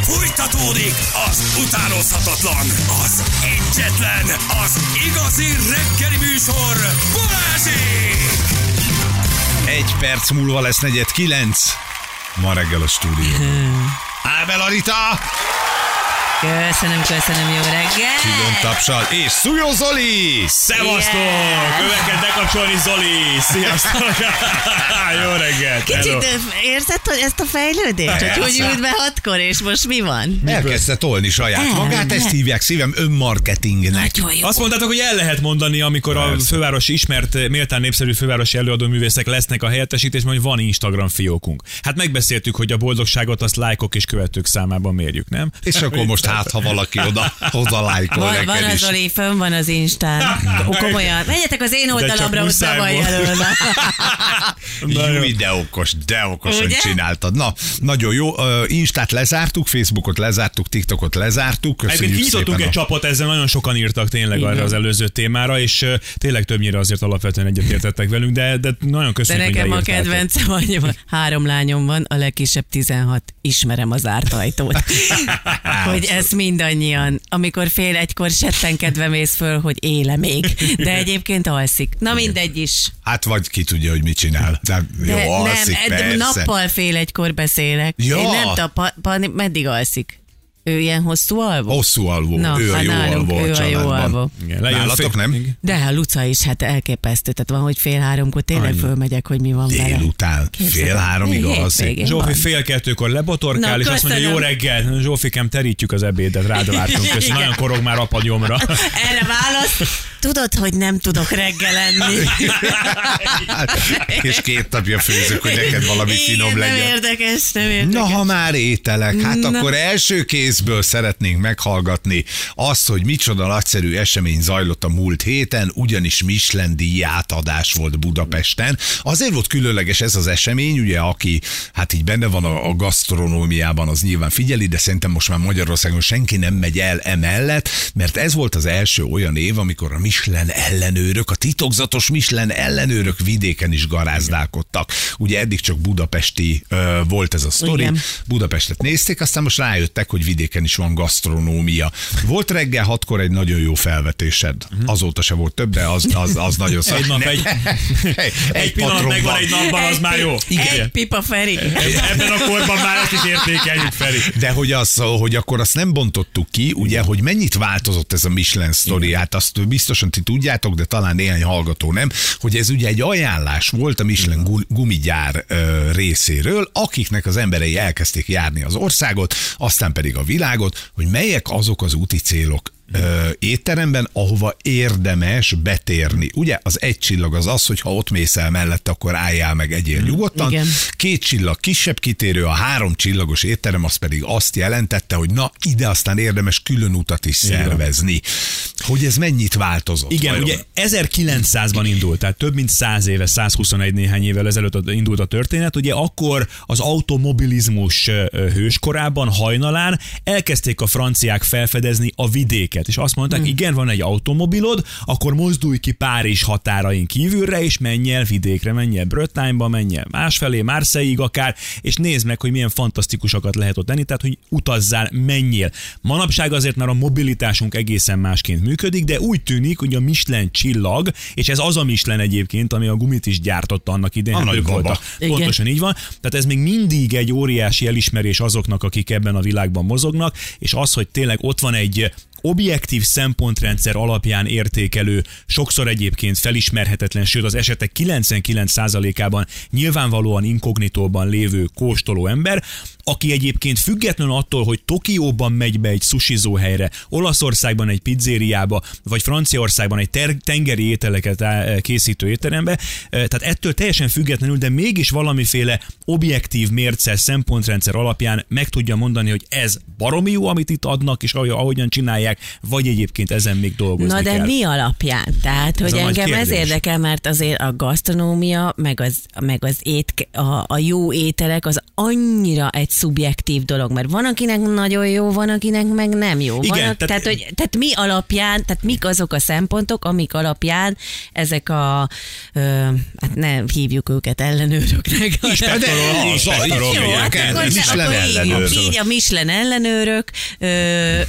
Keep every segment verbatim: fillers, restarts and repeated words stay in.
Fújtatódik az utánozhatatlan, az egyetlen, az igazi reggeli műsor, Balázsék! Egy perc múlva lesz negyed kilenc. Ma reggel a stúdióban. Ábel Arita! Köszönöm, köszönöm, jó reggel! Külön tapsal, és Szújó Zoli! Szevasztok! Yeah. Köveket bekapcsolni, Zoli! Sziasztok! Jó reggelt! Kicsit érzed, hogy ezt a fejlődést? Hogy hogy ült be hatkor, és most mi van? Elkezdte tolni saját el, magát, ezt hívják szívem önmarketingnek. Azt mondtátok, hogy el lehet mondani, amikor a fővárosi ismert, méltán népszerű fővárosi előadóművészek lesznek a helyettesítés, hogy van Instagram fiókunk. Hát megbeszéltük, hogy a boldogságot azt lájkok és követők számában mérjük, nem? És akkor most hát, ha valaki oda, oda lájkol van, neked van az is. Zoli, fönn van az Instán. Komolyan. Menjetek az én oldalamra, ott be van jelölve. Júj, de okos, de okosan csináltad. Na, nagyon jó. Instát lezártuk, Facebookot lezártuk, TikTokot lezártuk. Egyébként kinyitottunk egy csapot, ezzel nagyon sokan írtak tényleg arra az előző témára, és tényleg többnyire azért alapvetően egyetértettek velünk, de, de nagyon köszönjük, de nekem hogy a kedvencem annyi van. Három lányom van, a legkisebb tizenhat. Ismerem az zárt ajtót. Hogy ez mindannyian, amikor fél egykor settenkedve mész föl, hogy éle még, de egyébként alszik. Na mindegy is. Hát vagy ki tudja, hogy mit csinál. De, jó, de alszik, nem, persze. Nappal fél egykor beszélek. Ja. Én nem tudom, pa, pa, meddig alszik? Ő ilyen hosszú alvó? Hosszú alvó. Na, ő a jó nálunk, alvó ő a a jó alvó. Nálatok nem? De a Luca is, hát elképesztő. Tehát van, hogy fél háromkor tényleg Annyi. Fölmegyek, hogy mi van vele. Délután, fél háromig alszik. Zsófi fél kettőkor lebotorkál, Na, és azt mondja, jó reggel, Zsófikám, terítjük az ebédet, rád vártunk, köszönöm, nagyon korog már apagyomra. Erre válasz, tudod, hogy nem tudok reggel enni. És két napja főzök, hogy neked valami igen, finom legyen. nem érdekes, nem érdekes. Na, ha már ételek, hát Na. akkor első kézből szeretnénk meghallgatni azt, hogy micsoda nagyszerű esemény zajlott a múlt héten, ugyanis Michelin díj átadás volt Budapesten. Azért volt különleges ez az esemény, ugye, aki hát így benne van a, a gasztronómiában, az nyilván figyeli, de szerintem most már Magyarországon senki nem megy el emellett, mert ez volt az első olyan év, amikor a Michelin ellenőrök, a titokzatos Michelin ellenőrök vidéken is garázdálkodtak. Ugye eddig csak budapesti ö, volt ez a sztori, igen. Budapestet nézték, aztán most rájöttek, hogy vidéken is van gasztronómia. Volt reggel hatkor egy nagyon jó felvetésed. Azóta se volt több, de az, az, az nagyon szak. Egy nap, egy, egy, egy pillanat megvan egy napban, az egy már jó. Pi, egy pipa, Feri. Ebben a korban már ezt is értékeljük, Feri. De hogy, az, hogy akkor azt nem bontottuk ki, ugye, hogy mennyit változott ez a Michelin sztori. Hát azt biztosan ti tudjátok, de talán néhány hallgató nem, hogy ez ugye egy ajánlás volt a Michelin gumigyár ö, részéről, akiknek az emberei elkezdték járni az országot, aztán pedig a világot, hogy melyek azok az úti célok Ö, étteremben, ahova érdemes betérni. Ugye az egy csillag az az, hogy ha ott mész el mellette, akkor álljál meg, egyél nyugodtan. Igen. Két csillag kisebb kitérő, a három csillagos étterem az pedig azt jelentette, hogy na ide aztán érdemes külön utat is szervezni. Hogy ez mennyit változott? Igen, vajon? ugye ezerkilencszázban indult, tehát több mint száz éve, százhuszonegy néhány évvel ezelőtt indult a történet. Ugye akkor az automobilizmus hőskorában, hajnalán elkezdték a franciák felfedezni a vidéket. És azt mondták, igen, van egy automobilod, akkor mozdulj ki Párizs határain kívülre, és menj el vidékre, menj el Bretagne-ba, menj el másfelé, Marseille-ig akár, és nézd meg, hogy milyen fantasztikusakat lehet ott tenni, tehát hogy utazzál, menjél. Manapság azért már a mobilitásunk egészen másként működik, de úgy tűnik, hogy a Michelin csillag, és ez az a Michelin egyébként, ami a gumit is gyártotta annak idején. A nagy baba. Pontosan így van. Tehát ez még mindig egy óriási elismerés azoknak, akik ebben a világban mozognak, és az, hogy tényleg ott van egy objektív szempontrendszer alapján értékelő, sokszor egyébként felismerhetetlen, sőt az esetek kilencvenkilenc százalékában nyilvánvalóan inkognitóban lévő kóstoló ember, aki egyébként függetlenül attól, hogy Tokióban megy be egy sushizó helyre, Olaszországban egy pizzériába, vagy Franciaországban egy ter- tengeri ételeket készítő étterembe, tehát ettől teljesen függetlenül, de mégis valamiféle objektív mérce, szempontrendszer alapján meg tudja mondani, hogy ez baromi jó, amit itt adnak, és ahogyan csinálják, megpróbálják, vagy egyébként ezen még dolgozni Na de kell. mi alapján? Tehát, hogy a nagy engem ez kérdés. érdekel, mert azért a gasztronómia, meg az, meg az ét, a, a jó ételek az annyira egy szubjektív dolog, mert van, akinek nagyon jó, van, akinek meg nem jó. Igen, van, tehát- tehát, hogy, tehát mi alapján, tehát mik azok a szempontok, amik alapján ezek a, ö, hát ne hívjuk őket ellenőröknek. De az, az, Jó, Jó, hát igen, akkor, Michelin akkor ellenőr. hívjuk így, a Michelin ellenőrök ö,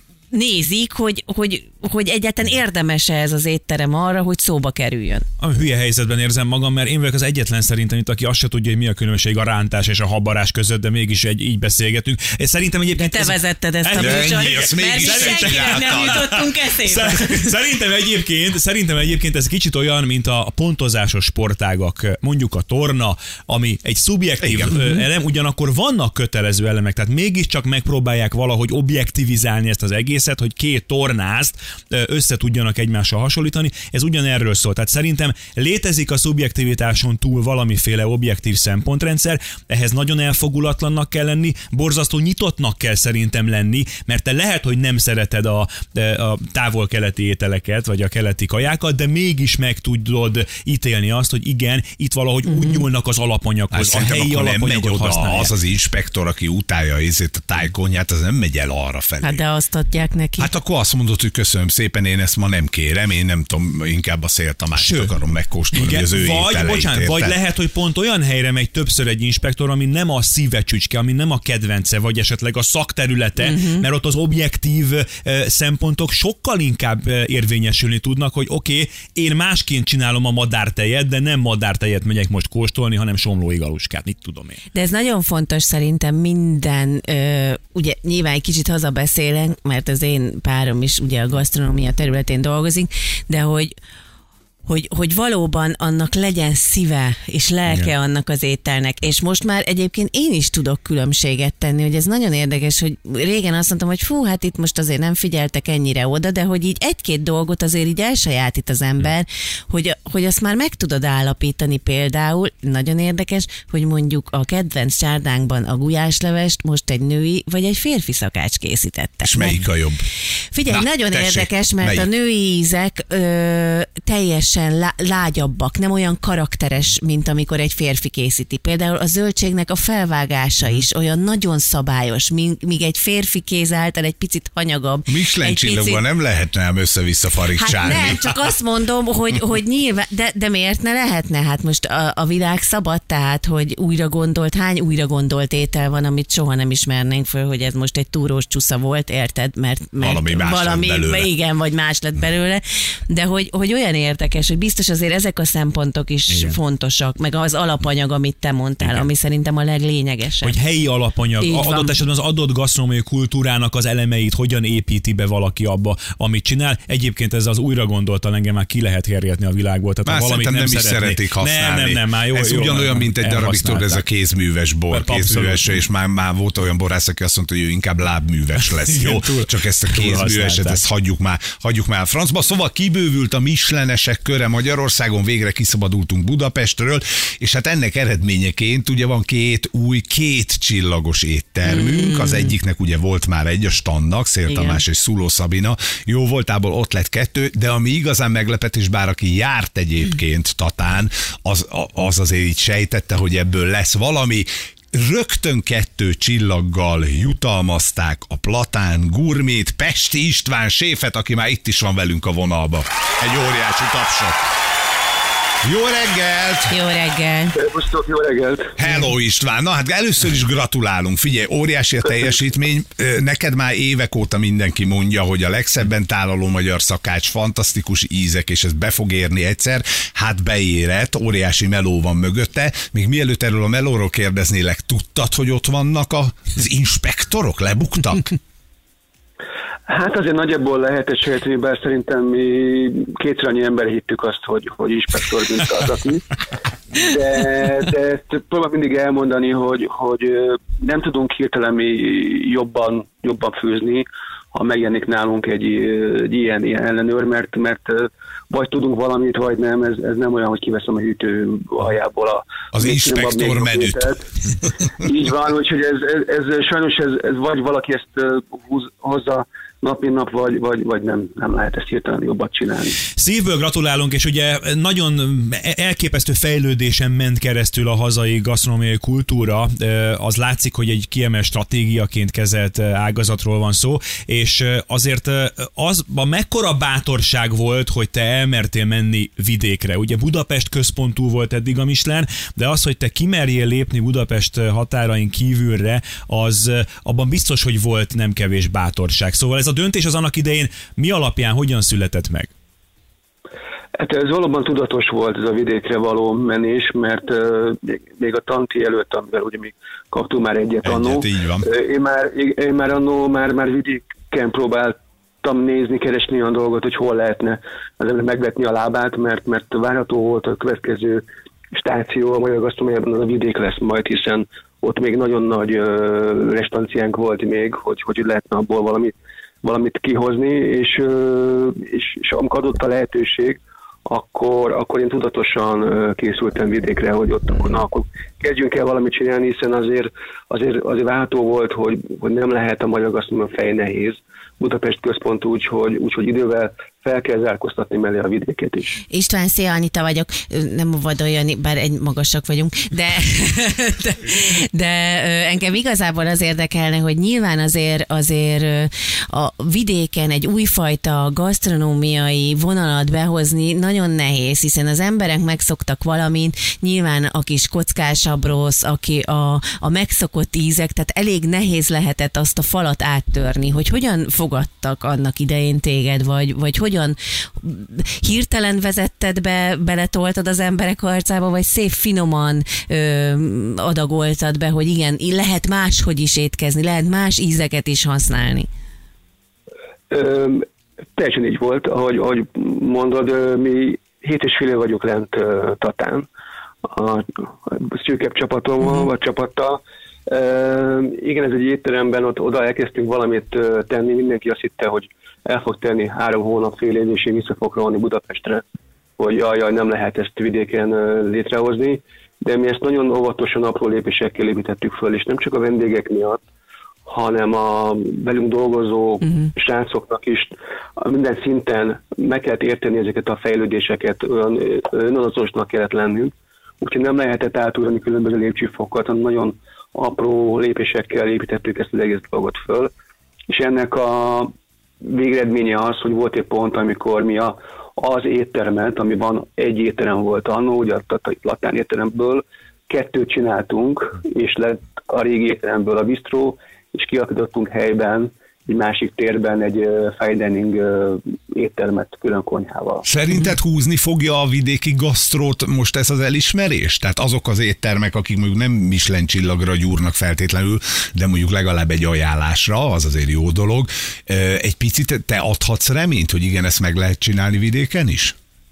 nézik, hogy, hogy, hogy egyáltalán érdemes-e ez az étterem arra, hogy szóba kerüljön. A hülye helyzetben érzem magam, mert én vagyok az egyetlen szerintem itt, aki azt se tudja, hogy mi a különbség a rántás és a habarás között, de mégis egy, így beszélgetünk. És szerintem egyébként... Te vezetted ezt a Ennyi, műsort, azt mert mégis mi te senkinek nem csináltad. jutottunk eszébe. Szer- Szerintem egyébként, szerintem egyébként ez kicsit olyan, mint a pontozásos sportágak, mondjuk a torna, ami egy szubjektív ö, elem, ugyanakkor vannak kötelező elemek, tehát mégiscsak megpróbálják valahogy objektivizálni ezt az egészet, hogy két tornázt ö, össze tudjanak egymással hasonlítani. Ez ugyanerről szól. Tehát szerintem létezik a szubjektivitáson túl valamiféle objektív szempontrendszer, ehhez nagyon elfogulatlannak kell lenni, borzasztó nyitottnak kell szerintem lenni, mert te lehet, hogy nem szereted a, a távol-keleti ételeket, vagy a keleti kajákat, de mégis meg tudod ítélni azt, hogy igen, itt valahogy mm. úgy nyúlnak az alapanyaghoz, Hát a helyi akkor nem megy alapanyagot oda használják. az az inspektor, aki utálja ezért a tájkonyát, az nem megy el arra felé. Hát de azt adják neki. Hát akkor azt mondod, hogy köszönöm szépen, én ezt ma nem kérem, én nem tudom, inkább a Szél Tamást Sőt, akarom megkóstolni, igen, az ő vagy, ételeit, bocsánat, vagy érted? lehet, hogy pont olyan helyre megy többször egy inspektor, ami nem a szíve csücske, ami nem a kedvence, vagy esetleg a szakterülete, uh-huh. mert ott az objektív uh, szempontok sokkal inkább uh, érvényesülni tudnak, hogy oké, okay, én másként csinálom a madártejet, de nem madártejet megyek most kóstolni, hanem somlói galuskát, mit tudom én. De ez nagyon fontos szerintem minden, ö, ugye nyilván egy kicsit hazabeszélek, mert az én párom is ugye a gasztronómia területén dolgozik, de hogy Hogy, hogy valóban annak legyen szíve és lelke Igen. annak az ételnek. És most már egyébként én is tudok különbséget tenni, hogy ez nagyon érdekes, hogy régen azt mondtam, hogy fú, hát itt most azért nem figyeltek ennyire oda, de hogy így egy-két dolgot azért így elsajátít az ember, hogy, hogy azt már meg tudod állapítani például, nagyon érdekes, hogy mondjuk a kedvenc csárdánkban a gulyáslevest most egy női vagy egy férfi szakács készítette. És melyik a jobb? Figyelj, Na, nagyon tessék, érdekes, mert melyik? a női ízek ö, teljesen lá, lágyabbak, nem olyan karakteres, mint amikor egy férfi készíti. Például a zöldségnek a felvágása is olyan nagyon szabályos, míg, míg egy férfi kéz által egy picit hanyagabb. Michelin egy csillagban nem lehetne ám össze-vissza Hát farigcsálni. nem, csak azt mondom, hogy, hogy nyilván, de, de miért ne lehetne? Hát most a, a világ szabad, tehát, hogy újra gondolt, hány újra gondolt étel van, amit soha nem ismernénk föl, hogy ez most egy túrós csusza volt, érted? Mert, mert Valami más valami, lett belőle. igen, vagy más lett belőle, de hogy, hogy olyan érdekes, hogy biztos azért ezek a szempontok is Igen. fontosak, meg az alapanyag, amit te mondtál, Igen. ami szerintem a leglényegesebb. Hogy helyi alapanyag, Így a- van. adott esetben az adott gasztronómiai kultúrának az elemeit hogyan építi be valaki abba, amit csinál. Egyébként ez az újra gondoltan engem már ki lehet hergetni a világból. Tehát Már ha valamit szerintem nem, nem is szeretnék, szeretik használni. Nem, nem, nem, már jó. Ez jó, ugyanolyan, mint egy darabig tudod, ez a kézműves bor, Abszolút. kézműves, és már, már volt olyan borász, aki azt mondta, hogy ő inkább lábműves lesz, Igen, jó? túl- Csak ezt a túl kézműveset, használták. ezt hagyjuk már, hagyjuk már a francba. Szóval kibővült a Michelinesek köre Magyarországon, végre kiszabadultunk Budapestről, és hát ennek eredményeként ugye van két új, két csillagos éttermünk, mm. az egyiknek ugye volt már egy, a Standnak, Szél Igen. Tamás és Szuló Szabina, jó voltából ott lett kettő, de ami igazán meglepetés, bár aki járt egyébként Tatán, az, az azért így sejtette, hogy ebből lesz valami. Rögtön kettő csillaggal jutalmazták a Platán gurmét, Pesti István séfet, aki már itt is van velünk a vonalba. Egy óriási tapsot. Jó reggelt! Jó reggel! Szervusztok, jó reggelt! Hello István! Na hát először is gratulálunk. Figyelj, óriási a teljesítmény. Ö, Neked már évek óta mindenki mondja, hogy a legszebben tálaló magyar szakács, fantasztikus ízek, és ez be fog érni egyszer. Hát beérett, óriási meló van mögötte. Még mielőtt erről a melóról kérdeznélek, tudtad, hogy ott vannak az inspektorok? Lebuktak? Hát azért nagyjából lehet egy sejteni, bár szerintem mi kétszer annyi ember hittük azt, hogy, hogy inspektor, mint az, aki. De, de ezt próbálom mindig elmondani, hogy, hogy nem tudunk hirtelen mi jobban, jobban főzni, ha megjelenik nálunk egy, egy ilyen, ilyen ellenőr, mert, mert vagy tudunk valamit, vagy nem, ez, ez nem olyan, hogy kiveszem a hűtő aljából a... Az inspektor menüt. Így van, úgyhogy ez, ez, ez sajnos ez, ez vagy valaki ezt húz, hozza nap mint nap, vagy, vagy, vagy nem, nem lehet ezt hirtelen jobbat csinálni. Szívből gratulálunk, és ugye nagyon elképesztő fejlődésen ment keresztül a hazai gasztronómiai kultúra. Az látszik, hogy egy kiemelt stratégiaként kezelt ágazatról van szó, és azért az a mekkora bátorság volt, hogy te elmertél menni vidékre. Ugye Budapest központú volt eddig a Michelin, de az, hogy te kimerjél lépni Budapest határain kívülre, az abban biztos, hogy volt nem kevés bátorság. Szóval ez a döntés az annak idején mi alapján, hogyan született meg? Hát ez valóban tudatos volt, ez a vidékre való menés, mert uh, még a tanti előtt, amivel ugye még kaptunk már egyet, egyet annó. Így van. Én már, én már annó már, már vidéken próbáltam nézni, keresni olyan dolgot, hogy hol lehetne az ember megvetni a lábát, mert, mert várható volt a következő stáció a magyar gasztronómiában, az a vidék lesz majd, hiszen ott még nagyon nagy uh, restanciánk volt még, hogy, hogy lehetne abból valamit, valamit kihozni, és, uh, és, és amikor adott a lehetőség, akkor, akkor én tudatosan uh, készültem vidékre, hogy ott akkor, na, akkor kezdjünk el valamit csinálni, hiszen azért, azért, azért várható volt, hogy, hogy nem lehet a magyar gasztronómia fej nehéz. Budapest központ úgy, hogy, úgy, hogy idővel fel kell zárkóztatni mellé a vidéket is. István, szia, Anita vagyok, nem vadolni, bár egy magasak vagyunk, de, de, de engem igazából az érdekelne, hogy nyilván azért, azért a vidéken egy újfajta gasztronómiai vonalat behozni nagyon nehéz, hiszen az emberek megszoktak valamint, nyilván a kis kockásabb rossz, aki a, a megszokott ízek, tehát elég nehéz lehetett azt a falat áttörni, hogy hogyan fogadtak annak idején téged, vagy, vagy hogyan hirtelen vezetted be, beletoltad az emberek arcába, vagy szép finoman ö, adagoltad be, hogy igen, lehet máshogy is étkezni, lehet más ízeket is használni? Ö, teljesen így volt, ahogy, ahogy mondod, mi hét és fél év vagyok lent uh, Tatán, a szűkebb csapatommal, uh-huh. vagy csapattal. Uh, igen, ez egy étteremben, ott oda elkezdtünk valamit uh, tenni, mindenki azt hitte, hogy el fog tenni három hónap, fél év, és én vissza fog rohanni Budapestre, hogy jaj, jaj, nem lehet ezt vidéken uh, létrehozni, de mi ezt nagyon óvatosan, apró lépésekkel építettük föl, és nem csak a vendégek miatt, hanem a velünk dolgozó uh-huh. srácoknak is minden szinten meg kellett érteni ezeket a fejlődéseket, olyan önazonosnak kellett lennünk, úgyhogy nem lehetett átugrani különböző lépcsőfokat, hanem nagyon apró lépésekkel építettük ezt az egész dolgot föl, és ennek a végeredménye az, hogy volt egy pont, amikor mi a, az éttermet, ami van egy étterem volt annó, ugye a Platán étteremből kettőt csináltunk, és lett a régi étteremből a bistró, és kialakítottunk helyben, egy másik térben egy uh, fine dining uh, éttermet külön konyhával. Szerinted húzni fogja a vidéki gasztrót most ez az elismerés? Tehát azok az éttermek, akik mondjuk nem Michelin csillagra gyúrnak feltétlenül, de mondjuk legalább egy ajánlásra, az azért jó dolog. Egy picit te adhatsz reményt, hogy igen, ezt meg lehet csinálni vidéken is?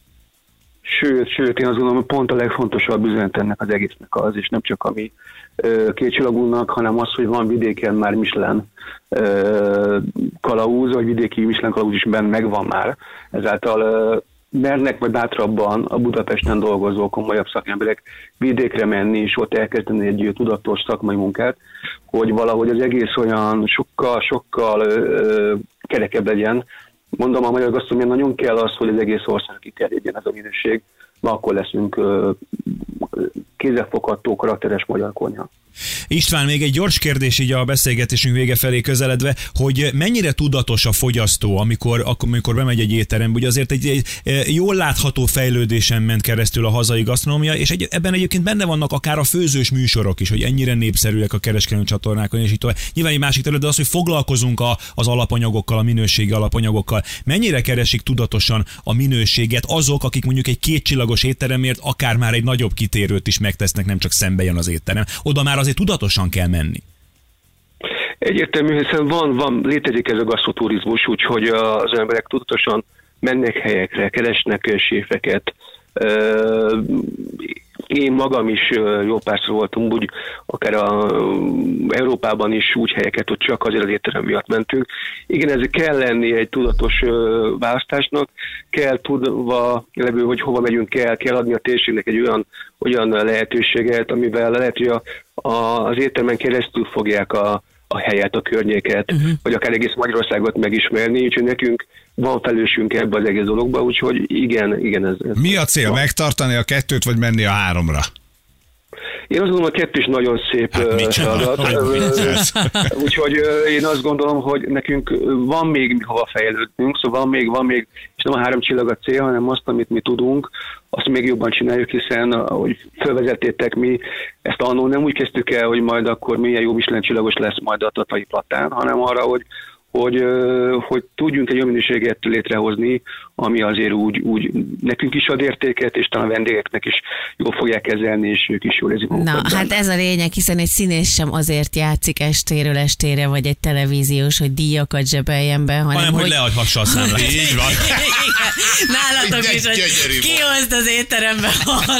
Sőt, sőt, én azt gondolom, hogy pont a legfontosabb üzenet ennek az egésznek az, és nem csak a mi kétcsillagunknak, hanem az, hogy van vidéken már Michelin kalauz, vagy vidéki Michelin kalauz is benne megvan már. Ezáltal mernek vagy bátrabban a Budapesten dolgozó komolyabb szakemberek vidékre menni, és ott elkezdeni egy tudatos szakmai munkát, hogy valahogy az egész olyan sokkal-sokkal kerekebb legyen. Mondom, a magyar gasztronómia nagyon kell az, hogy az egész ország kiterjedjen ez a minőség, ma akkor leszünk kézzelfogható, karakteres magyar konyha. István, még egy gyors kérdés így a beszélgetésünk vége felé közeledve, hogy mennyire tudatos a fogyasztó, amikor, amikor bemegy egy étterembe, ugye azért egy, egy jól látható fejlődésen ment keresztül a hazai gasztronómia, és egy, ebben egyébként benne vannak akár a főzős műsorok is, hogy ennyire népszerűek a kereskedelmi csatornákon, és így tovább. Nyilván egy másik terület, de az, hogy foglalkozunk a, az alapanyagokkal, a minőségi alapanyagokkal. Mennyire keresik tudatosan a minőséget azok, akik mondjuk egy kétcsillagos étteremért akár már egy nagyobb kitérőt is megtesznek, nem csak szembe jön az étterem. Oda már azért tudatosan kell menni. Egyértelmű, hiszen van, van, létezik ez a gasztroturizmus, úgyhogy az emberek tudatosan mennek helyekre, keresnek séfeket, én magam is jó párszor voltam úgy, akár a Európában is úgy helyeket, hogy csak azért az étterem miatt mentünk. Igen, ez kell lenni egy tudatos választásnak, kell tudva levő, hogy hova megyünk el, kell adni a térségnek egy olyan, olyan lehetőséget, amivel lehet, hogy a, a, az éttermen keresztül fogják a, a helyet, a környéket, uh-huh. vagy akár egész Magyarországot megismerni, úgyhogy nekünk van felelősségünk ebbe az egész dologba, úgyhogy igen, igen. Ez, ez Mi a cél? Van. Megtartani a kettőt, vagy menni a háromra? Én azt gondolom, a kettő is nagyon szép hát, feladat. Úgyhogy én azt gondolom, hogy nekünk van még hova fejlődnünk, szóval van még, van még, és nem a három csillag a cél, hanem azt, amit mi tudunk, azt még jobban csináljuk, hiszen, ahogy felvezettétek, mi ezt annól nem úgy kezdtük el, hogy majd akkor milyen jó Michelin csillagos lesz majd a Tatai platán, hanem arra, hogy Hogy, hogy tudjunk egy olyan minőséget létrehozni, ami azért úgy, úgy nekünk is ad értéket, és talán a vendégeknek is jól fogják kezelni, és ők is jól érzik magukat. Na, benne. Hát ez a lényeg, hiszen egy színész sem azért játszik estéről estére, vagy egy televíziós, hogy díjakat zsebeljen be, hanem, hanem hogy, hogy leadhassa a számlát. Így van. Nálatok is, hogy kihozd az étterembe a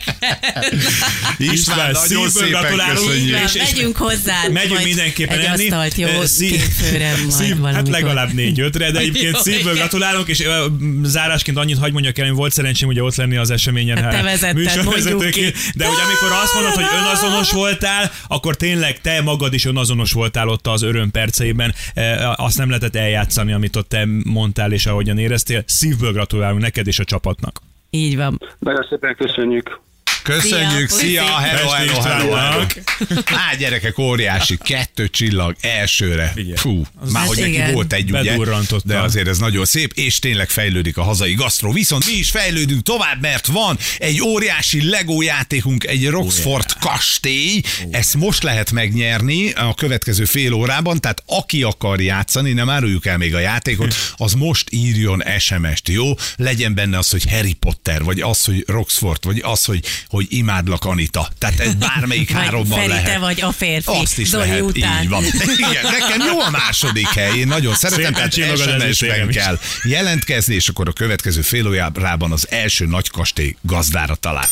István, nagyon szépen köszönjük. Megyünk hozzá. Megyünk mindenképpen egy enni. Asztalt, jó, két főre Szív, hát legalább négy-ötre, de egyébként szívből gratulálok, és uh, zárásként annyit hagy mondjak el, hogy volt szerencsém ugye ott lenni az eseményen. Hát te vezetted, mondjuk ki. De hogy amikor azt mondod, hogy önazonos voltál, akkor tényleg te magad is önazonos voltál ott az öröm perceiben. Uh, azt nem lehetett eljátszani, amit ott te mondtál, és ahogyan éreztél. Szívből gratulálunk neked és a csapatnak. Így van. Nagyon szépen köszönjük. Köszönjük, szia, szia hello, hello, hello, hello. Á, gyerekek, óriási, kettő csillag elsőre. Fú, már hogy neki volt egy, ugye, de azért ez nagyon szép, és tényleg fejlődik a hazai gasztró. Viszont mi is fejlődünk tovább, mert van egy óriási Lego játékunk, egy Roxford kastély. Ezt most lehet megnyerni a következő fél órában, tehát aki akar játszani, nem áruljuk el még a játékot, az most írjon es em est, jó? Legyen benne az, hogy Harry Potter, vagy az, hogy Roxford, vagy az, hogy hogy imádlak Anita. Tehát ez bármelyik háromban Feri, lehet. te vagy a férfi. Azt is Zoli lehet, után. így van. Igen, nekem jó a második hely, én nagyon szeretem, tehát es em es-ben kell jelentkezni, és akkor a következő fél órában az első nagy kastély gazdára talál.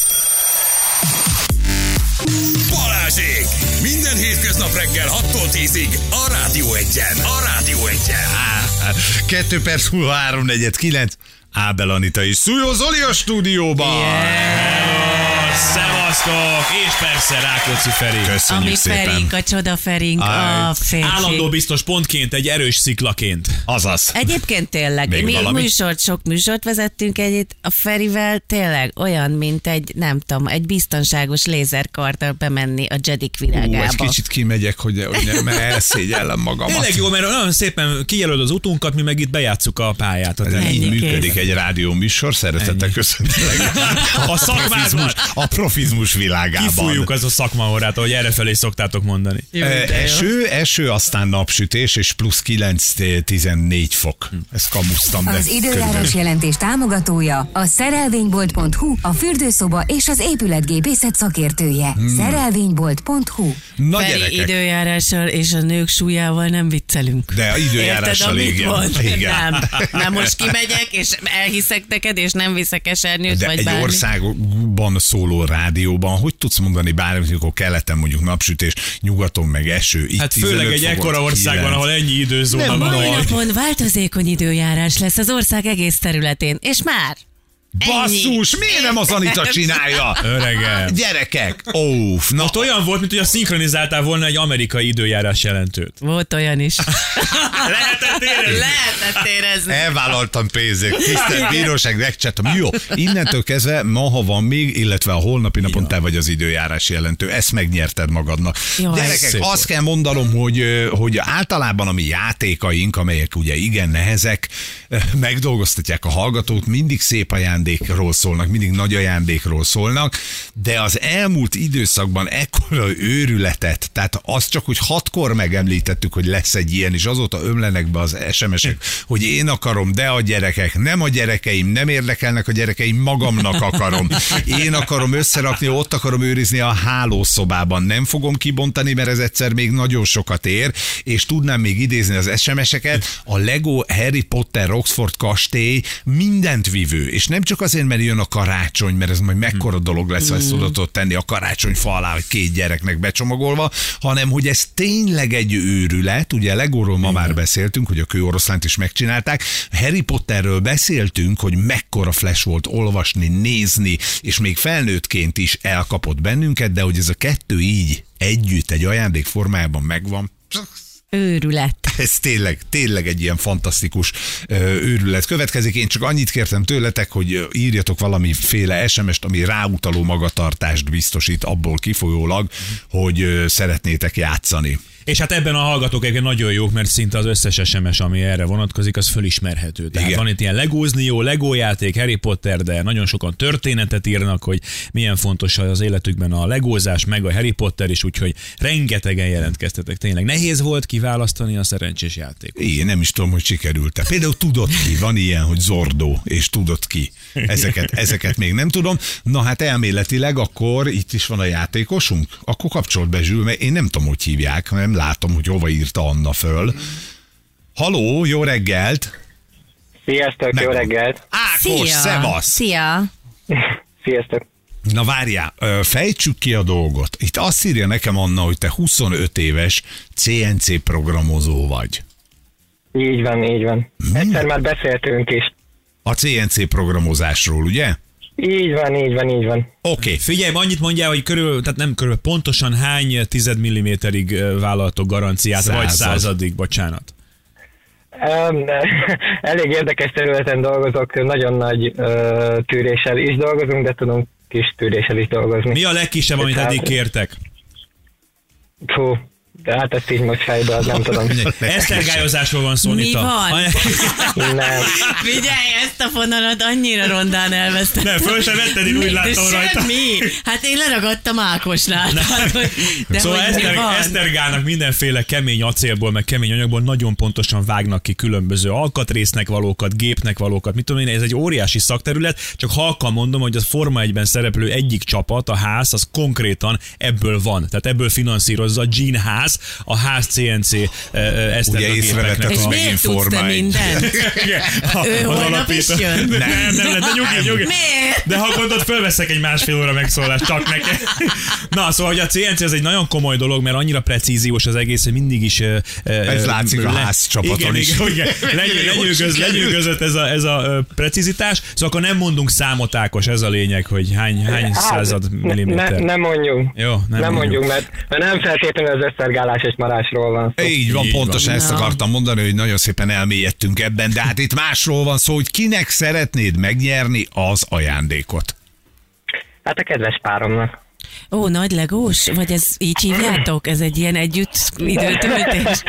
Balázsék! Minden hétköznap reggel hattól tízig a Rádió Egyen. A Rádió Egyen. Kettő perc múlva három negyed kilenc. Ábel Anita is. Szújó Zoli a stúdióban! Yeah. Szevasztok! És persze Rákóczi Feri. Köszönjük Ami szépen. Ferink, a csoda Ferink, Aj. a férfi. Állandó biztos pontként, egy erős sziklaként. Azaz. Egyébként tényleg, Még mi valami? műsort, sok műsort vezettünk együtt, a Ferivel tényleg olyan, mint egy, nem tudom, egy biztonságos lézerkarddal bemenni a Jedik világába. Ú, egy kicsit kimegyek, hogy, hogy nem, mert elszégyellem magamat. Tényleg jó, mert nagyon szépen kijelöld az utunkat, mi meg itt bejátsszuk a pályát. A Ez így Ennyi működik kész. egy rádió műsor, szeretettel köszöntelek. A szakmázmus. A profizmus világában. Kifújjuk az a szakmaórát, ahogy errefelé szoktátok mondani. Jó, E, de jó. eső, eső, aztán napsütés, és plusz kilenc tizennégy fok. Ezt kamusztam, de Az időjárás körülbelül. jelentés támogatója a szerelvénybolt pont hu, a fürdőszoba és az épületgépészet szakértője. Hmm. szerelvénybolt pont hu. Na Feri, gyerekek, időjárással és a nők súlyával nem viccelünk. de időjárással Érted, amit igen. mond? igen. Nem. Nem, most kimegyek, és elhiszek neked, és nem viszek esernyőt, De vagy egy bármi. országban szóló rádióban, hogy tudsz mondani bármit, amikor keleten mondjuk napsütés, nyugaton meg eső. Itt Hát főleg egy tizenöt ekkora fokot, országban, kilenc. ahol ennyi időzóna Nem van. Mai Nagy. napon változékony időjárás lesz az ország egész területén, és már Basszus, miért nem az Anita csinálja? Öregem. Gyerekek, óf, na Ott olyan volt, mint hogy a szinkronizáltál volna egy amerikai időjárás jelentőt. volt olyan is. Lehetett érezni? Lehetett érezni. elvállaltam pénzért. Tisztelt bíróság, megcsináltam. Jó, innentől kezdve ma, ha van még, illetve a holnapi napon te vagy az időjárás jelentő. Ezt megnyerted magadnak. Jaj. Gyerekek, Szép azt kell mondanom, hogy, hogy általában a mi játékaink, amelyek ugye igen nehezek, megdolgoztatják a hallgatót, mindig szép ajándékról szólnak, mindig nagy ajándékról szólnak, de az elmúlt időszakban ekkora őrületet, tehát azt csak, hogy hatkor megemlítettük, hogy lesz egy ilyen, és azóta ömlenek be az es em esek, hogy én akarom, de a gyerekek, nem a gyerekeim, nem érdekelnek a gyerekeim, magamnak akarom. Én akarom összerakni, ott akarom őrizni a hálószobában. Nem fogom kibontani, mert ez egyszer még nagyon sokat ér, és tudnám még idézni az es em eseket. A Lego Harry Potter Roxford kastély mindent vívő, és nem csak csak azért, mert jön a karácsony, mert ez majd mekkora dolog lesz, ha ezt tudod tenni a karácsonyfa alá, hogy két gyereknek becsomagolva, hanem hogy ez tényleg egy őrület. Ugye Legóról ma már beszéltünk, hogy a kőoroszlánt is megcsinálták. Harry Potterről beszéltünk, hogy mekkora flash volt olvasni, nézni, és még felnőttként is elkapott bennünket, de hogy ez a kettő így együtt egy ajándék formájában megvan. Őrület. Ez tényleg, tényleg egy ilyen fantasztikus ö, őrület következik. Én csak annyit kértem tőletek, hogy írjatok valamiféle es em est, ami ráutaló magatartást biztosít abból kifolyólag, hogy ö, szeretnétek játszani. És hát ebben a hallgatók egyébként nagyon jók, mert szinte az összes es em es, ami erre vonatkozik, az fölismerhető. Tehát igen. Van itt ilyen legózni jó, Lego játék, Harry Potter, de nagyon sokan történetet írnak, hogy milyen fontos az életükben a legózás, meg a Harry Potter is, úgyhogy rengetegen jelentkeztetek. Tényleg nehéz volt kiválasztani a szerencsés játékot. Igen, nem is tudom, hogy sikerült-e. Például tudod ki, van ilyen, hogy Zordó, és tudod ki. Ezeket, ezeket még nem tudom. Na hát elméletileg akkor itt is van a játékosunk. Akkor kapcsolt be Zsül, mert én nem tudom, hogy hívják, nem látom, hogy hova írta Anna föl. Haló, jó reggelt! Sziasztok, Meg... jó reggelt! Ákos, Szia! szevasz! Szia! Sziasztok! Na várjál, fejtsük ki a dolgot. Itt azt írja nekem Anna, hogy te huszonöt éves cé en cé programozó vagy. Így van, így van. Hmm. Egyszer már beszéltünk is. A cé en cé programozásról, ugye? Így van, így van, így van. Oké. Okay. Figyelj, annyit mondjál, hogy körül, tehát nem körül, pontosan hány tized milliméterig vállaltok garanciát, Század. vagy századig, bocsánat. Um, elég érdekes területen dolgozok, nagyon nagy uh, tűréssel is dolgozunk, de tudunk kis tűréssel is dolgozni. Mi a legkisebb, amit Hát- eddig kértek? Fú, de hát ezt így most fejbe, az nem tudom. Esztergályozásról van szó, Mi Nita. van? Nem. Figyelj, ezt a fonalat annyira rondán elvesztettem. Nem, föl sem vetted, én úgy Mi? láttam De rajta. semmi. Hát én leragadtam Ákosnál. Tehát, hogy, de Szóval hogy mi Eszter, van? Esztergának mindenféle kemény acélból, meg kemény anyagból nagyon pontosan vágnak ki különböző alkatrésznek valókat, gépnek valókat. Mit tudom én, ez egy óriási szakterület, csak halkan mondom, hogy a Forma egyben szereplő egyik csapat, a Ház, az konkrétan ebből van. Tehát ebből finanszírozza a Gene Ház, a Ház cé en cé Esztergá észrevetted, És hogy a... miért megint tudsz te Forma egy. mindent? Ő holnap is jön? Nem, nem, nem, de nyugi, nyugi. Miért? De ha gondolod, fölveszek egy másfél óra megszólást csak neked. Na, szóval, hogy a cé en cé ez egy nagyon komoly dolog, mert annyira precíziós az egész, hogy mindig is... Ez látszik a Ház csapaton igen, is. Igen, igen. Lenyű, lenyűgöz, lenyűgözött ez a, ez a ö, precizitás, szóval akkor nem mondunk számot, Ákos, ez a lényeg, hogy hány, hány század ne, milliméter. ne, nem mondjuk. Jó, nem, Nem mondjuk, mondjuk. mert, mert nem feltétlenül az összergálás és marásról van szó. Így van, Így pontosan van. ezt akartam mondani, hogy nagyon szépen elmélyedtünk ebben, de hát itt másról van szó, hogy kinek szeretnéd megnyerni az ajándékot. Hát a kedves páromnak. Ó, nagy legós? Vagy ez így hívjátok? Ez egy ilyen együtt időtöltés?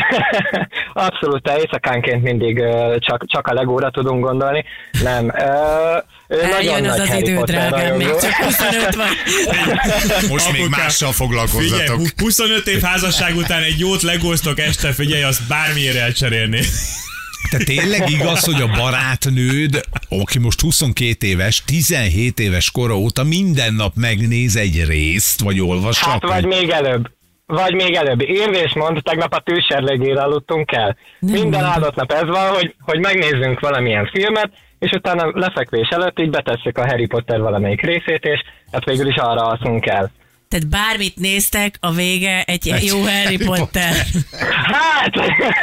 Abszolút, te éjszakánként mindig uh, csak, csak a legóra tudunk gondolni. Nem. Uh, ő nagyon Eljön az nagy az Harry idő, Potter drágám, még rajongó. csak huszonöt vagy. Most még Apukám, mással Figyelj, foglalkozzatok. hu- huszonöt év házasság után egy jót legóztok este, figyelj, azt bármiért elcserélni. Te tényleg igaz, hogy a barátnőd, aki most huszonkét éves, tizenhét éves kora óta minden nap megnéz egy részt, vagy olvas? Hát vagy még előbb. Vagy még előbb. Érvés mond, tegnap a tűzserlegére aludtunk el. Nem Minden mondom. áldott nap ez van, hogy, hogy megnézzünk valamilyen filmet, és utána lefekvés előtt így betesszük a Harry Potter valamelyik részét, és hát végül is arra alszunk el. Tehát bármit néztek, a vége egy, egy jó Harry Potter. Hát!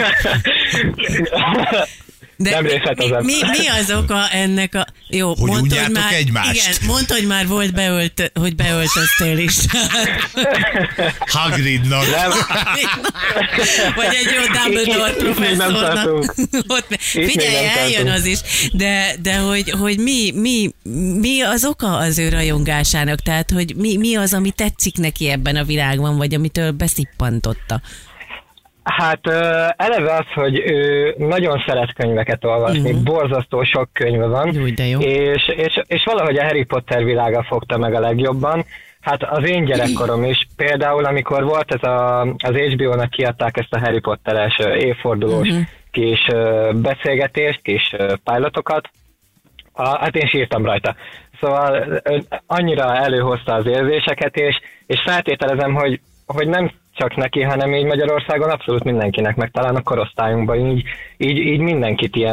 De Nem mi, részletezem. mi, mi az oka ennek a... Jó, Hogy mondd, unjátok már, egymást. Igen, mondd, hogy már volt beölt, hogy beöltöztél is. Hagridnak. Nem. Vagy egy jó Dumbledore Itt- itt még nem professzornak. tartunk. Ott, még figyelj, nem eljön tartunk. az is. De, de hogy, hogy mi, mi, mi az oka az ő rajongásának? Tehát, hogy mi, mi az, ami tetszik neki ebben a világban, vagy amitől beszippantotta? Hát ö, eleve az, hogy ő nagyon szeret könyveket olvasni, Mhm. uh-huh. borzasztó sok könyve van, Jó, de jó. És, és, és valahogy a Harry Potter világa fogta meg a legjobban. Hát az én gyerekkorom is, például amikor volt ez a, az há bé ó-nak kiadták ezt a Harry Potteres ö, évfordulós Mhm. uh-huh. kis ö, beszélgetést, kis ö, pilotokat, a, hát én sírtam rajta. Szóval ö, annyira előhozta az érzéseket, és, és feltételezem, hogy, hogy nem csak neki, hanem így Magyarországon abszolút mindenkinek, meg talán a korosztályunkban így, így, így mindenkit ilyen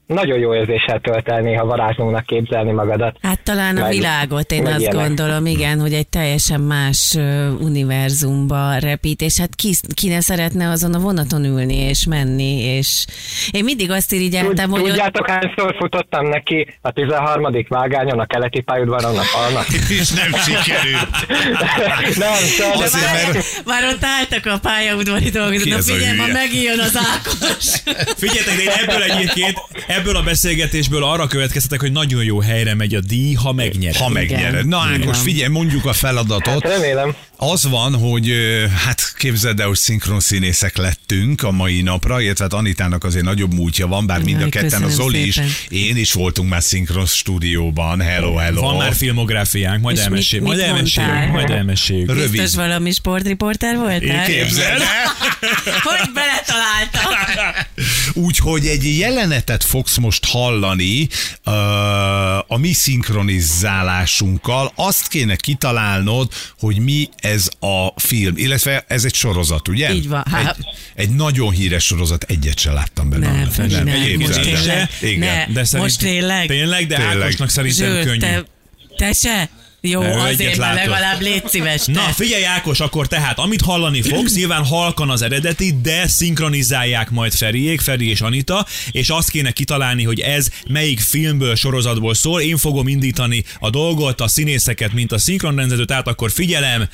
nagyon jó érzéssel tölt el néha varázslónak képzelni magadat. Hát talán a Meg- világot, én meg azt ilyenek. gondolom, igen, hogy egy teljesen más ö, univerzumba repít, és hát ki, ki ne szeretne azon a vonaton ülni és menni, és én mindig azt irigyeltem, hogy ott... Tudjátok, hányszor futottam neki a tizenharmadik vágányon a keleti pályaudvaron a falnak? És nem sikerült. Nem, szóval Azért, Már, mert- már ott álltak a pályaudvari dolgozók, Ki na ez a figyelj, ma hülye? megjön az Ákos. Figyeljetek, én ebből egyébként, ebből a beszélgetésből arra következtetek, hogy nagyon jó helyre megy a díj, ha megnyered. Ha megnyered. Na Igen. Ákos, figyelj, mondjuk a feladatot. remélem. Az van, hogy ö, hát képzeld el, hogy szinkronszínészek lettünk a mai napra, illetve hát Anitának azért nagyobb múltja van, bár mind a Jaj, ketten, a köszönöm Zoli is, szépen. én is voltunk már szinkron stúdióban. Hello, hello. Van már filmográfiánk, majd És mit- elmeséljük, majd mit elmeséljük, mondtál? majd elmeséljük. Rövid. Biztos valami sportriporter voltál? Képzeld el. Hogy beletaláltam? Úgyhogy egy jelenetet fogsz most hallani uh, a mi szinkronizálásunkkal. Azt kéne kitalálnod, hogy mi ez a film, illetve ez egy sorozat, ugye? Így van. Hát- Egy, egy nagyon híres sorozat, egyet se láttam belőle. Nem, Feri, nem. Képzeld Most el. tényleg? Igen. Ne. De szerint- Most tényleg? Tényleg, de Tényleg. Ákosnak szerintem Zsőt, könnyű. te, te se? Jó, Ne, ő azért, egyet mert látott. legalább légy szíves. Na, te. figyelj Ákos, akkor tehát, amit hallani fogsz, nyilván halkan az eredeti, de szinkronizálják majd Feriék, Feri és Anita, és azt kéne kitalálni, hogy ez melyik filmből, sorozatból szól. Én fogom indítani a dolgot, a színészeket, mint a szinkronrendezőt, tehát akkor figyelem.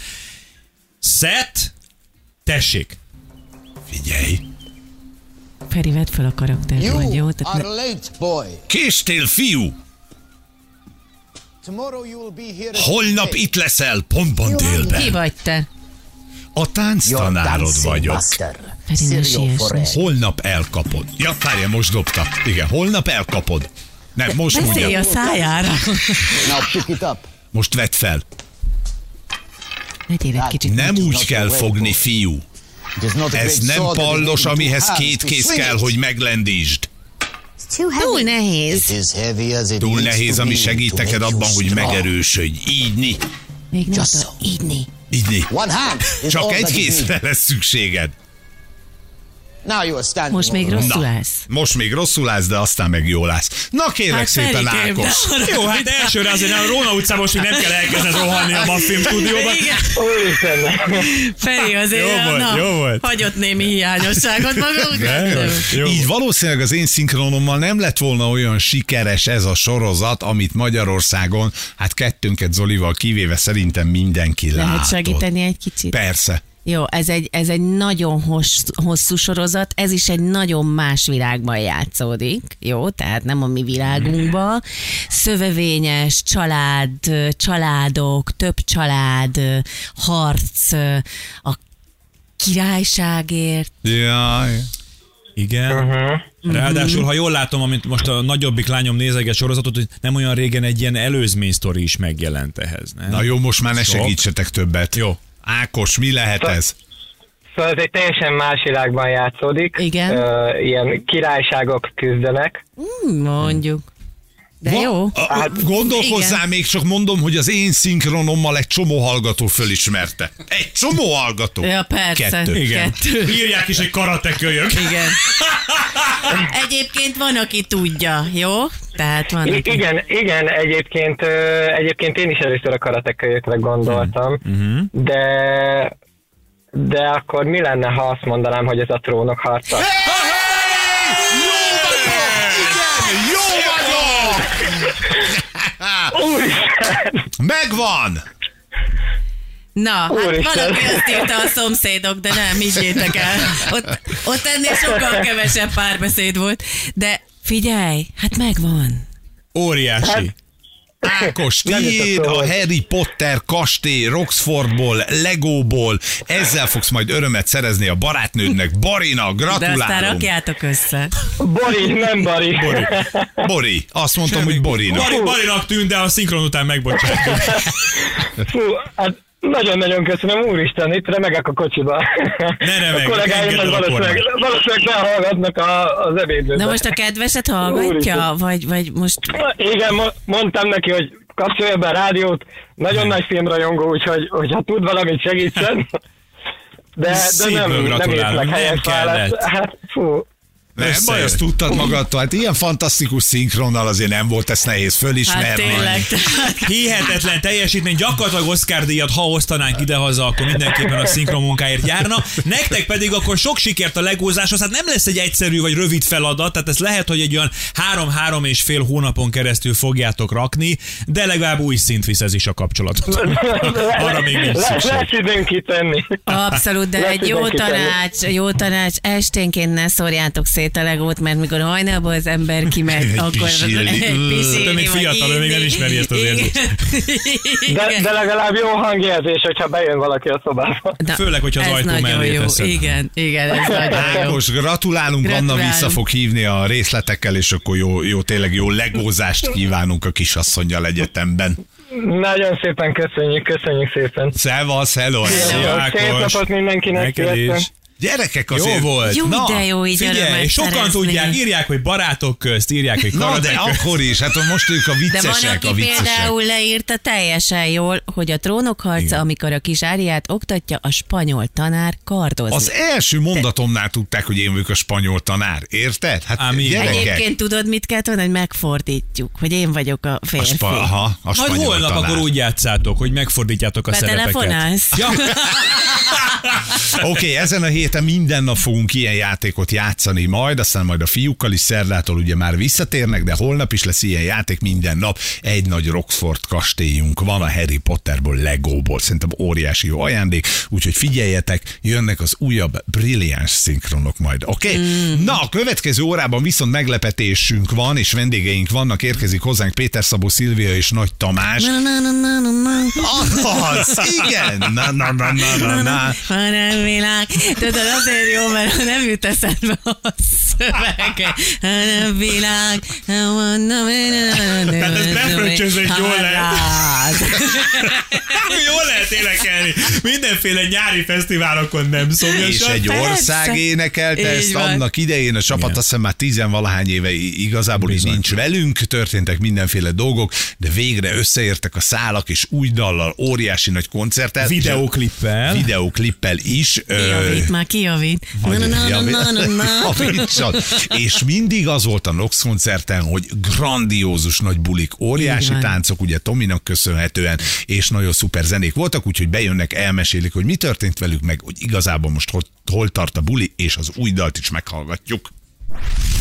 Set, tessék. Figyelj. Feri, vedd fel a karaktert, vagy jó? You Tehát are ne- late, boy. Késtél, fiú! Tomorrow you will be here. at Holnap eight. itt leszel, pontban Ki délben. vagy te? A Your tánctanárod dancing vagyok. master. Feri, ne Sirio siess, Forel. ne Holnap elkapod. Ja, várjál, most dobta. Igen, holnap elkapod. Nem, most Beszélj mondja. a szájára. Now pick it up. Most vedd fel. Legyél egy kicsit. Nem úgy kell fogni, fiú. It is not a Ez great nem sword that you pallos, need amihez two két hands to kéz swing kell, it. hogy meglendítsd. Túl nehéz. It is heavy as it Túl needs nehéz, to ami be segít to neked make you abban, hogy strong. megerősödj. Ígyni. Még nem Just tudod so. ígyni. Ígyni. One hand is Csak all egy that it kézre needs. lesz szükséged. Now you are standing Most még over. rosszul Na, állsz. most még rosszul állsz, de aztán meg jól állsz. Na kérlek Hát szépen, Ferikém, de Ákos. arra- Jó, hát elsőre azért a Róna utcán most még nem kell elkezdeni rohanni a Muffin stúdióban. Igen. Úristen. Feri azért, Jó volt, na, jó volt. hagyott némi hiányosságot magunk. Jó. Így valószínűleg az én szinkronommal nem lett volna olyan sikeres ez a sorozat, amit Magyarországon, hát kettőnket Zolival kivéve szerintem mindenki Lehet látott. segíteni egy kicsit? Persze. Jó, ez egy, ez egy nagyon hosszú, hosszú sorozat, ez is egy nagyon más világban játszódik, jó, tehát nem a mi világunkban. Szövevényes, család, családok, több család, harc, a királyságért. Jaj. Igen. Uh-huh. Ráadásul, ha jól látom, amit most a nagyobbik lányom nézeget sorozatot, hogy nem olyan régen egy ilyen előzmény sztori is megjelent ehhez. Nem? Na jó, most már ne Sok. segítsetek többet. Jó. Ákos, mi lehet ez? Szóval ez egy teljesen más világban játszódik. Igen. Ö, ilyen királyságok küzdenek. Hmm, mondjuk. De Va- jó. A, a, gondolkozzál, igen. még csak mondom, hogy az én szinkronommal egy csomó hallgató fölismerte. Egy csomó hallgató. Ja, persze. Kettő. Igen. Kettő. Írják is egy karatekölyök. Igen. Egyébként van, aki tudja, jó? Tehát van, I- aki... igen, igen, egyébként, ö, egyébként én is először a karatekölyökre gondoltam, Mhm. de de akkor mi lenne, ha azt mondanám, hogy ez a trónok harca? Jó vagyok! Megvan! Na, hát Úristen. valaki azt írta a szomszédok, de nem, higgyétek el. Ott, ott ennél sokkal kevesebb párbeszéd volt. De figyelj, hát megvan. Óriási. Ákos, Nem tiéd jutott a szóval. Harry Potter kastély Roxfordból, Legóból. Ezzel fogsz majd örömet szerezni a barátnődnek, Barinak. De aztán Gratulálom. rakjátok össze. Bori, nem Bari. Bori. Bori. Azt mondtam, hogy Borinak. Bari, Barinak tűnt, de a szinkron után megbocsátjuk. Fú, hát nagyon-nagyon köszönöm, úristen, itt remegek a kocsiba. Ne remegj, a kollégáim engedd el meg a valószínűleg, kormányt. valószínűleg behallgatnak a, az ebédlőben. Na most a kedveset hallgatja? Úristen. Vagy, vagy most... Igen, mo- mondtam neki, hogy kapcsolja be a rádiót, nagyon nagy filmrajongó, úgyhogy hogyha tud valamit segítsen. De, de Szívből nem, nem gratulálok, érzek nem helyes választ. kellett. Hát, fú, Nem Összejött. baj, azt tudtad magadtól. Hát ilyen fantasztikus szinkronnal azért nem volt ezt nehéz Hát fölismerni. tényleg. Hihetetlen teljesítmény, gyakorlatilag Oscar díjat, ha osztanánk idehaza, akkor mindenképpen a szinkron munkáért járna. Nektek pedig akkor sok sikert a legózáshoz, hát nem lesz egy egyszerű vagy rövid feladat, tehát ez lehet, hogy egy olyan három-három és fél hónapon keresztül fogjátok rakni, de legalább új szint visz ez is a kapcsolatot. Arra még nincs Lesz, szükség. lesz időnk kitenni. Abszolút, de Lesz egy jó időnk kitenni. tanács, jó tanács, esténként ne szórjátok szét a legót, mert mikor hajnalban az ember kimegy, Egy akkor pisilni. pisilni, Te még vagy fiatal, ő még nem inni. ismeri ezt az érzést. De, de legalább jó hangjelzés, hogyha bejön valaki a szobába. Na, Főleg, hogyha az ez ajtó nagyon mellé jó. teszed. Igen, igen, ez nagyon jó. Ákos, gratulálunk, Anna Gratulálunk. vissza fog hívni a részletekkel, és akkor jó, jó tényleg jó legózást kívánunk a kisasszonnyal egyetemben. Nagyon szépen köszönjük, köszönjük szépen. Szevasz, hello! Szép napot mindenkinek, Neked is. sziasztok. Gyerekek Jó azért... volt. Jó, Na, de jó így Figyelj, örömet sokan szerezni. tudják, írják, hogy barátok közt, írják, hogy Na, karadék de közt. akkor is, hát most ők a De viccesek, van, a aki viccesek. például leírta teljesen jól, hogy a Trónok harca, Igen. amikor a kis Áriát oktatja a spanyol tanár kardozni. Az első mondatomnál tudták, hogy én vagyok a spanyol tanár, érted? Hát Ám igen. gyerekek. Egyébként tudod, mit kell tudni, hogy megfordítjuk, hogy én vagyok a A, férfi. spa, aha, a Majd spanyol holnap tanár. akkor úgy játszátok, hogy megfordítjátok a szerepeket. Betelefonálsz? Ja. Oké, okay, ezen a héten minden nap fogunk ilyen játékot játszani majd, aztán majd a fiúkkal is szerdától ugye már visszatérnek, de holnap is lesz ilyen játék minden nap. Egy nagy Roxford kastélyunk van a Harry Potterból, Legóból. Szerintem óriási jó ajándék, úgyhogy figyeljetek, jönnek az újabb brilliáns szinkronok majd. Oké? Okay? Mm. Na, a következő órában viszont meglepetésünk van, és vendégeink vannak, érkezik hozzánk Péter Szabó Szilvia és Nagy Tamás. Na, na, na, na, na, na. Az, igen! Na, na, na, na, na, na. Hanem világ. Tudod, azért jó, mert ha nem jut eszedbe a szövege. Hanem világ. Tehát ezt befröccsözve is jól lehet. Jól lehet énekelni. Mindenféle nyári fesztiválokon nem szomjasan. És egy Persze. ország énekelte Így ezt van. annak idején, a csapat azt hiszem már tizenvalahány éve igazából így nincs velünk, történtek mindenféle dolgok, de végre összeértek a szálak, és új dallal, óriási nagy koncertet. Videóklippel. Videóklippel is. Kijavít, már kijavít. Na, na, na, na, na, na, na. Javítson. És mindig az volt a Nox koncerten, hogy grandiózus nagy bulik, óriási Így van. táncok, ugye Tominak köszönhetően, és nagyon szuper zenék voltak, úgyhogy bejönnek, elmesélik, hogy mi történt velük, meg hogy igazából most hol, hol tart a buli, és az új dalt is meghallgatjuk.